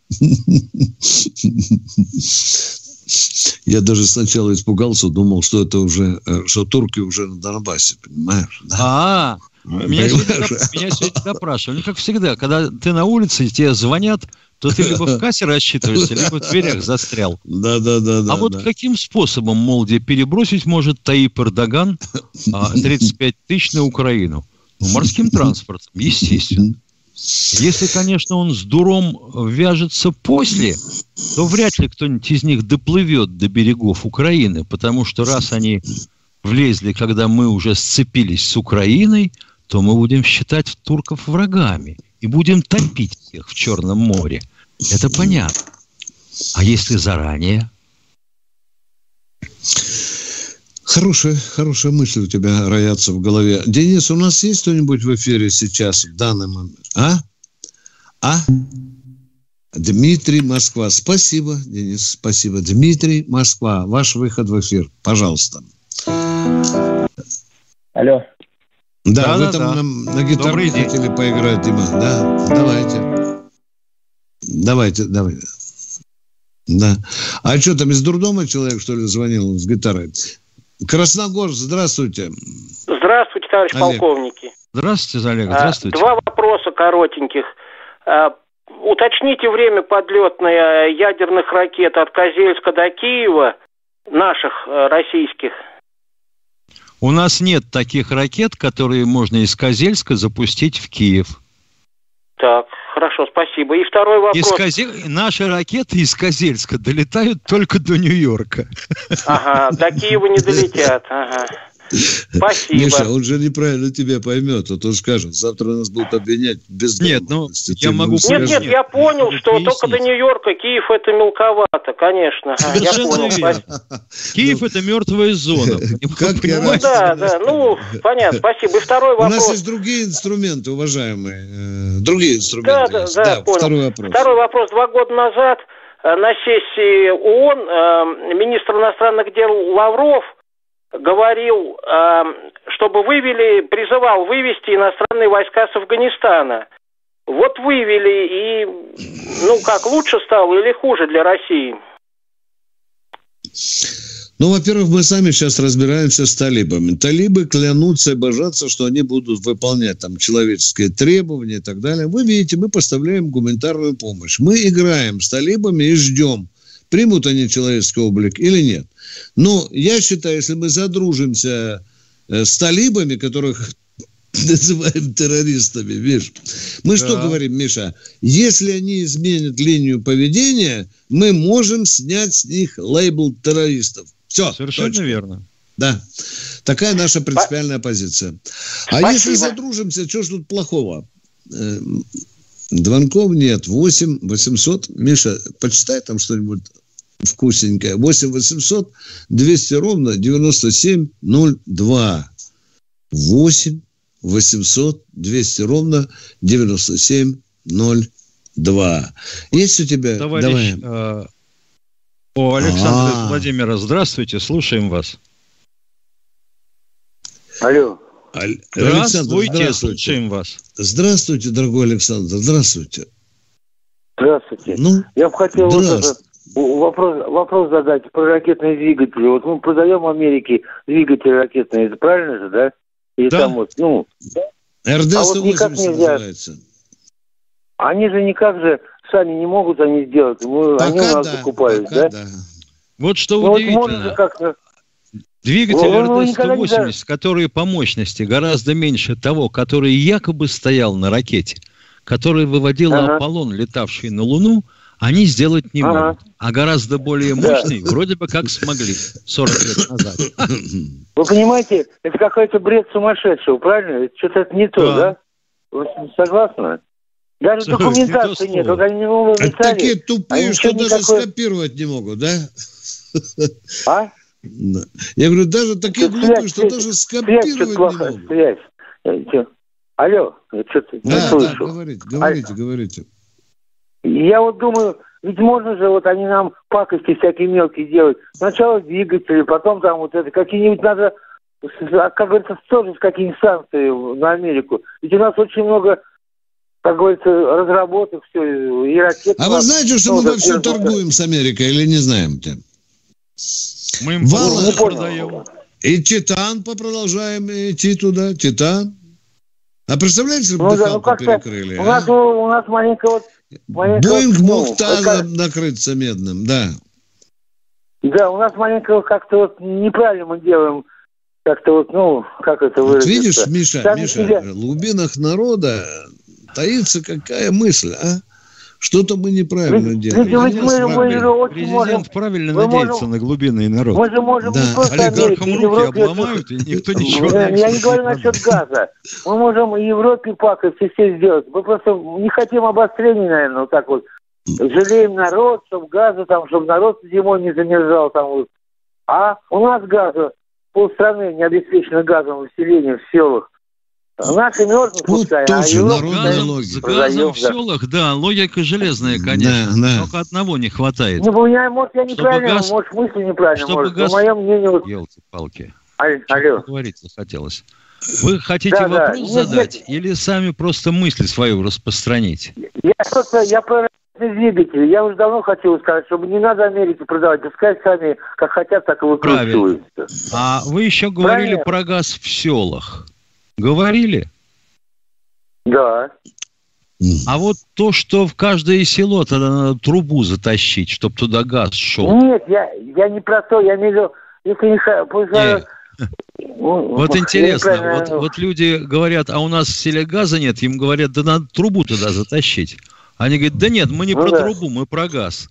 Я даже сначала испугался, думал, что это уже, что турки уже на Донбассе, понимаешь? Да? Меня сегодня допрашивали. Ну, как всегда, когда ты на улице, тебе звонят, то ты либо в кассе рассчитываешься, либо в дверях застрял. Да. А вот каким способом, мол, где перебросить может Таип Эрдоган 35 тысяч на Украину? Ну, морским транспортом, естественно. Если, конечно, он с дуром вяжется после, то вряд ли кто-нибудь из них доплывет до берегов Украины, потому что раз они влезли, когда мы уже сцепились с Украиной, то мы будем считать турков врагами и будем топить их в Черном море. Это понятно. А если заранее? Хорошая мысль у тебя роятся в голове. Денис, у нас есть кто-нибудь в эфире сейчас, в данный момент? Дмитрий, Москва. Спасибо, Денис, спасибо. Дмитрий, Москва. Ваш выход в эфир. Пожалуйста. Алло. Да, вы там на гитаре хотели поиграть, Дима. Да, давайте. Да. А что, там из дурдома человек, что ли, звонил с гитарой? Красногорск, здравствуйте. Здравствуйте, товарищ полковники. Здравствуйте, Олег. Здравствуйте. Два вопроса коротеньких. Уточните время подлетное ядерных ракет от Козельска до Киева, наших российских. У нас нет таких ракет, которые можно из Козельска запустить в Киев. Так, хорошо, спасибо. И второй вопрос. Наши ракеты из Козельска долетают только до Нью-Йорка. Ага, до Киева не долетят. Ага. Спасибо. Миша, он же неправильно тебя поймет, а то скажет, завтра нас будут обвинять в бездарности. Нет, я могу... Нет, я понял, что только до Нью-Йорка. Киев это мелковато, конечно. Я понял. Киев это мертвая зона. Понятно, спасибо. И второй вопрос. У нас есть другие инструменты, уважаемые. Другие инструменты. Да, понял. Второй вопрос. 2 года назад на сессии ООН министр иностранных дел Лавров говорил, чтобы призывал вывести иностранные войска с Афганистана. Вот вывели, и, как, лучше стало или хуже для России? Во-первых, мы сами сейчас разбираемся с талибами. Талибы клянутся и божатся, что они будут выполнять там человеческие требования и так далее. Вы видите, мы поставляем гуманитарную помощь. Мы играем с талибами и ждем, примут они человеческий облик или нет. Но я считаю, если мы задружимся с талибами, которых называем террористами, видишь, мы что говорим, Миша? Если они изменят линию поведения, мы можем снять с них лейбл террористов. Все. Совершенно верно. Да. Такая наша принципиальная позиция. А если задружимся, что ж тут плохого? Звонков нет. 8 800. Миша, почитай там что-нибудь вкусненькое. 8 800 200 ровно 9702. 8 800 200 ровно 9702. Есть у тебя? Товарищ, Александр из Владимира, здравствуйте, слушаем вас. Алло. Здравствуйте, слушаем вас. Здравствуйте, дорогой Александр, здравствуйте. Здравствуйте. Я бы хотел вопрос задать про ракетные двигатели. Вот мы продаем в Америке двигатели ракетные, это правильно же, да? И да. там вот, ну... РД-180 называется. Они же никак же сами не могут они сделать. Они у нас закупают, да? Вот что удивительно. Двигатель РД-180, который по мощности гораздо меньше того, который якобы стоял на ракете, который выводил Аполлон, летавший на Луну, они сделать не могут. А гораздо более мощный вроде бы как смогли 40 лет назад. Вы понимаете, это какой-то бред сумасшедшего, правильно? Что-то это не то, да? Вы согласны? Даже документации нет. Вот они это такие тупые, что даже скопировать не могут, да? А? Я говорю, даже такие глупые, что даже скопировать не могут. Алло, я что-то не слышу. Говорите. Я вот думаю, ведь можно же, вот они нам пакости всякие мелкие делают. Сначала двигатели, потом там вот это, какие-нибудь надо, как говорится, тоже какие-нибудь санкции на Америку. Ведь у нас очень много, как говорится, разработок, все, и ракеты. А вы знаете, что мы вовсю торгуем с Америкой или не знаем-то? Мы им продаем. И Титан продолжаем идти туда, Титан. А представляете, вдыхалку перекрыли? У нас маленько вот... Боинг мог тазом накрыться медным, да. Да, у нас маленько как-то вот неправильно мы делаем, как-то вот, ну, как это выразиться. Вот видишь, Миша, в глубинах народа таится какая мысль, а? Что-то мы неправильно делаем. Президент правильно надеется на глубинный народ. Мы же можем не просто олигархам руки обломают, и никто ничего не делает. Я не говорю насчет газа. Мы можем и Европе пакость все сделать. Мы просто не хотим обострения, наверное, вот так вот. Жалеем народ, чтобы газа там, чтобы народ зимой не замерзал там вот. А у нас газа, полстраны не обеспечено газом населения в селах. Наши мерзнут, пускай, а газом в селах, да, логика железная, конечно. Да. Только одного не хватает. Ну, может, я неправильно, может, мысли неправильно, может, но мое мнение... Вот... Елки-палки. Алло. Говорить захотелось. Вы хотите вопрос задать или сами просто мысль свою распространить? Я про двигатели. Я уже давно хотел сказать, чтобы не надо Америке продавать, пускай сами как хотят, так и выкручиваются. А вы еще говорили про газ в селах. Говорили? Да. А вот то, что в каждое село тогда надо трубу затащить, чтобы туда газ шел. Нет, я не про то, я имею в виду, если не... Вот интересно, вот люди говорят, а у нас в селе газа нет, им говорят, да надо трубу туда затащить. Они говорят, да нет, мы не про трубу, мы про газ.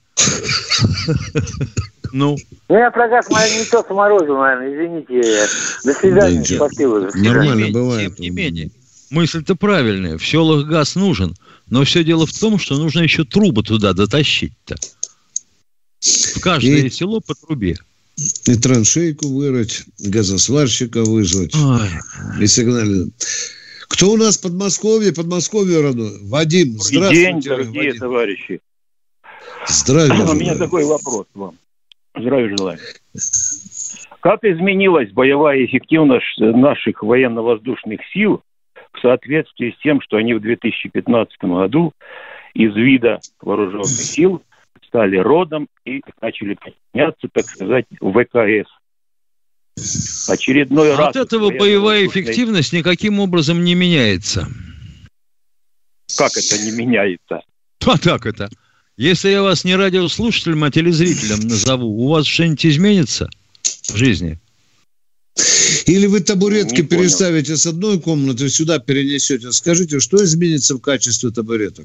Ну, я про газ, не то сморозил, наверное, извините. До свидания, спасибо. Нормально бывает. Тем не менее, мысль-то правильная. В селах газ нужен, но все дело в том, что нужно еще трубы туда дотащить-то. В каждое село по трубе. И траншейку вырыть, газосварщика вызвать. И сигнали. Кто у нас в Подмосковье? Подмосковье родной. Вадим, здравствуйте. День, дорогие Вадим. Товарищи. Здравия У меня такой вопрос к вам. Здравия желаю. Как изменилась боевая эффективность наших военно-воздушных сил в соответствии с тем, что они в 2015 году из вида вооруженных сил стали родом и начали подняться, так сказать, в ВКС? Очередной раз... От этого боевая эффективность никаким образом не меняется. Как это не меняется? А так это... Если я вас не радиослушателем, а телезрителем назову, у вас что-нибудь изменится в жизни? Или вы табуретки переставите с одной комнаты, сюда перенесете. Скажите, что изменится в качестве табуреток?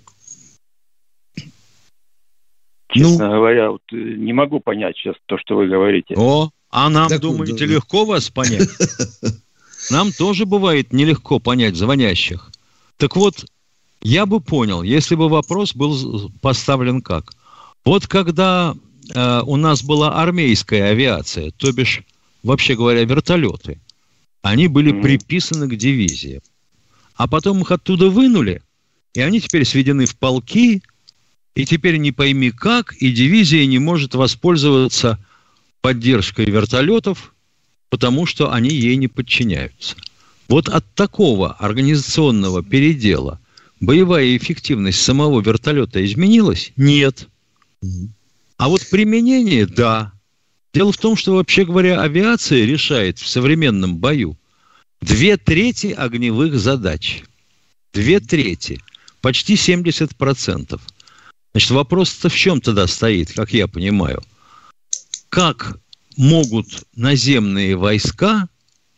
Честно говоря, вот не могу понять сейчас то, что вы говорите. А нам, так думаете, легко вас понять? Нам тоже бывает нелегко понять звонящих. Так вот, я бы понял, если бы вопрос был поставлен как. Вот когда у нас была армейская авиация, то бишь, вообще говоря, вертолеты, они были приписаны к дивизии. А потом их оттуда вынули, и они теперь сведены в полки, и теперь не пойми как, и дивизия не может воспользоваться поддержкой вертолетов, потому что они ей не подчиняются. Вот от такого организационного передела боевая эффективность самого вертолета изменилась? Нет. А вот применение – да. Дело в том, что, вообще говоря, авиация решает в современном бою 2/3 огневых задач. 2/3. Почти 70%. Значит, вопрос-то в чем тогда стоит, как я понимаю? Как могут наземные войска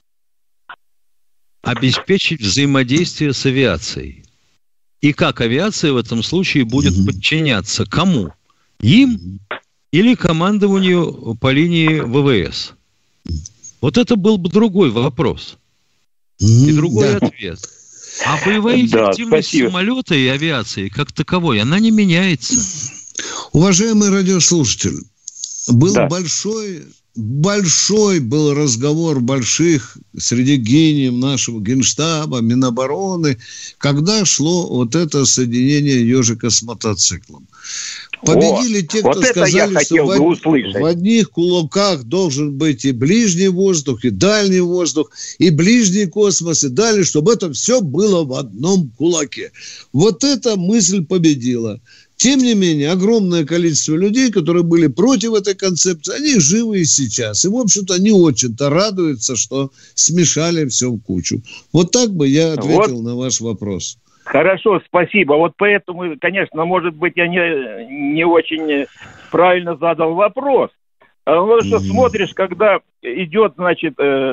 обеспечить взаимодействие с авиацией? И как авиация в этом случае будет подчиняться кому? Им или командованию по линии ВВС? Вот это был бы другой вопрос. И другой ответ. А боевая эффективность самолета и авиации как таковой, она не меняется. Уважаемый радиослушатель, был большой был разговор больших среди гениев нашего Генштаба, Минобороны, когда шло вот это соединение ежика с мотоциклом. Победили те, кто сказали, что в одних кулаках должен быть и ближний воздух, и дальний воздух, и ближний космос, и дальний, чтобы это все было в одном кулаке. Вот эта мысль победила. Тем не менее, огромное количество людей, которые были против этой концепции, они живы и сейчас. И, в общем-то, не очень-то радуются, что смешали все в кучу. Вот так бы я ответил на ваш вопрос. Хорошо, спасибо. Вот поэтому, конечно, может быть, я не очень правильно задал вопрос. Вот что смотришь, когда идет, значит,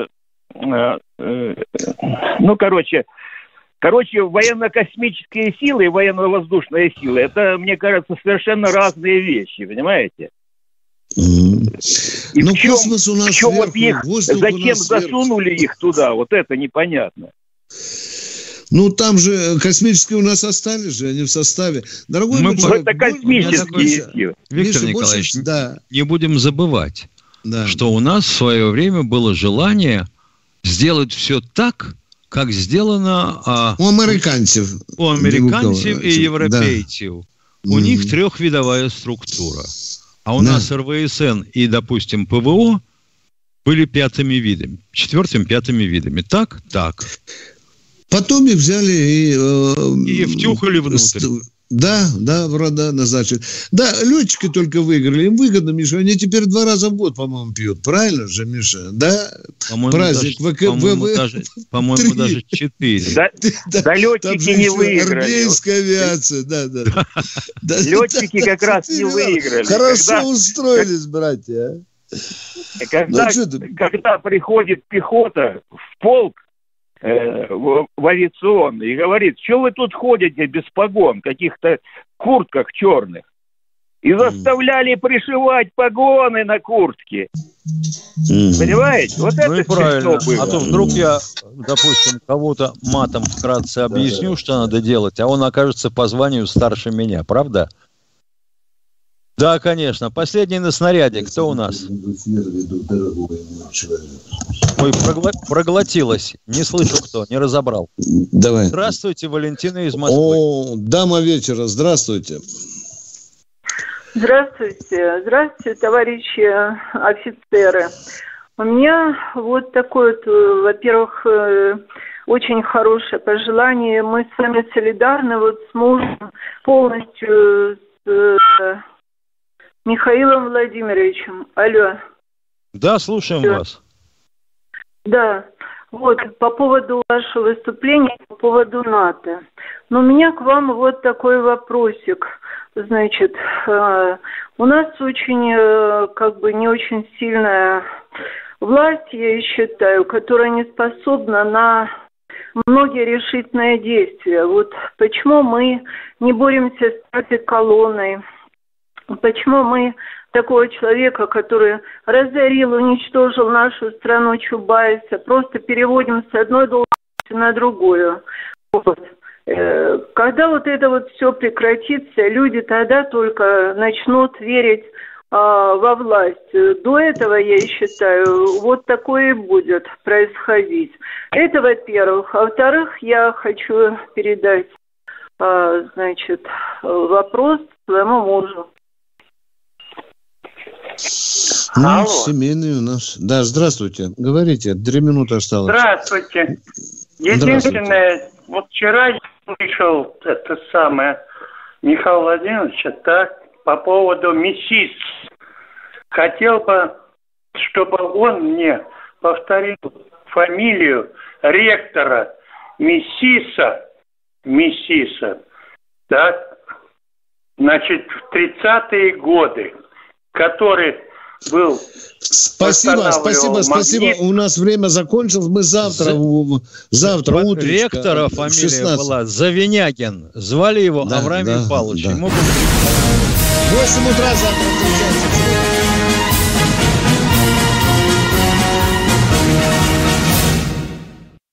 военно-космические силы и военно-воздушные силы, это, мне кажется, совершенно разные вещи, понимаете? И космос у нас сверху, зачем засунули их туда, вот это непонятно. Ну, там же космические у нас остались же, они в составе. Дорогой мой человек, это космические силы. Виктор Николаевич, не будем забывать, что у нас в свое время было желание сделать все так, как сделано у американцев. У американцев и европейцев. Да. У них трехвидовая структура. А у нас РВСН и, допустим, ПВО были пятыми видами. 4-5 видами. Так? Так. Потом их взяли и втюхали внутрь. Да, назначили. Да, летчики только выиграли. Им выгодно, Миша. Они теперь 2 раза в год, по-моему, пьют. Правильно же, Миша? Да? Праздник по-моему, даже 4. Да, летчики не выиграли. Армейская авиация, да. Летчики как раз не выиграли. Хорошо устроились, братья. Когда приходит пехота в полк, в авиационный, и говорит, что вы тут ходите без погон, в каких-то куртках черных. И заставляли пришивать погоны на куртки. Понимаете? Вот это правильно. Было. А то вдруг я, допустим, кого-то матом вкратце объясню, что надо делать, а он окажется по званию старше меня, правда? Да, конечно. Последний на снаряде. Кто у нас? Ой, проглотилась. Не слышу кто, не разобрал. Давай. Здравствуйте, Валентина из Москвы. Дама вечера, здравствуйте. Здравствуйте. Здравствуйте, товарищи офицеры. У меня вот такое, во-первых, очень хорошее пожелание. Мы с вами солидарны вот с мужем полностью с Михаилом Владимировичем. Алло. Да, слушаем вас. Да, вот по поводу вашего выступления, по поводу НАТО. Но у меня к вам вот такой вопросик. Значит, у нас очень, не очень сильная власть, я считаю, которая не способна на многие решительные действия. Вот почему мы не боремся с пятой колонной? Почему мы такого человека, который разорил, уничтожил нашу страну Чубайса, просто переводим с одной должности на другую? Вот. Когда вот это вот все прекратится, люди тогда только начнут верить во власть. До этого, я считаю, вот такое и будет происходить. Это, во-первых. А во-вторых, я хочу передать, вопрос своему мужу. Семейный у нас. Да, здравствуйте. Говорите, 3 минуты осталось. Здравствуйте. Единственное, вот вчера я слышал это самое Михаила Владимировича, так, по поводу МИСИС. Хотел бы, чтобы он мне повторил фамилию ректора Миссиса, так, значит, в 30-е годы, который был... Спасибо. У нас время закончилось. Мы завтра утречка. Ректора фамилия была Завинягин. Звали его Авраам Павлович. Да. 8 утра завтра встречаемся.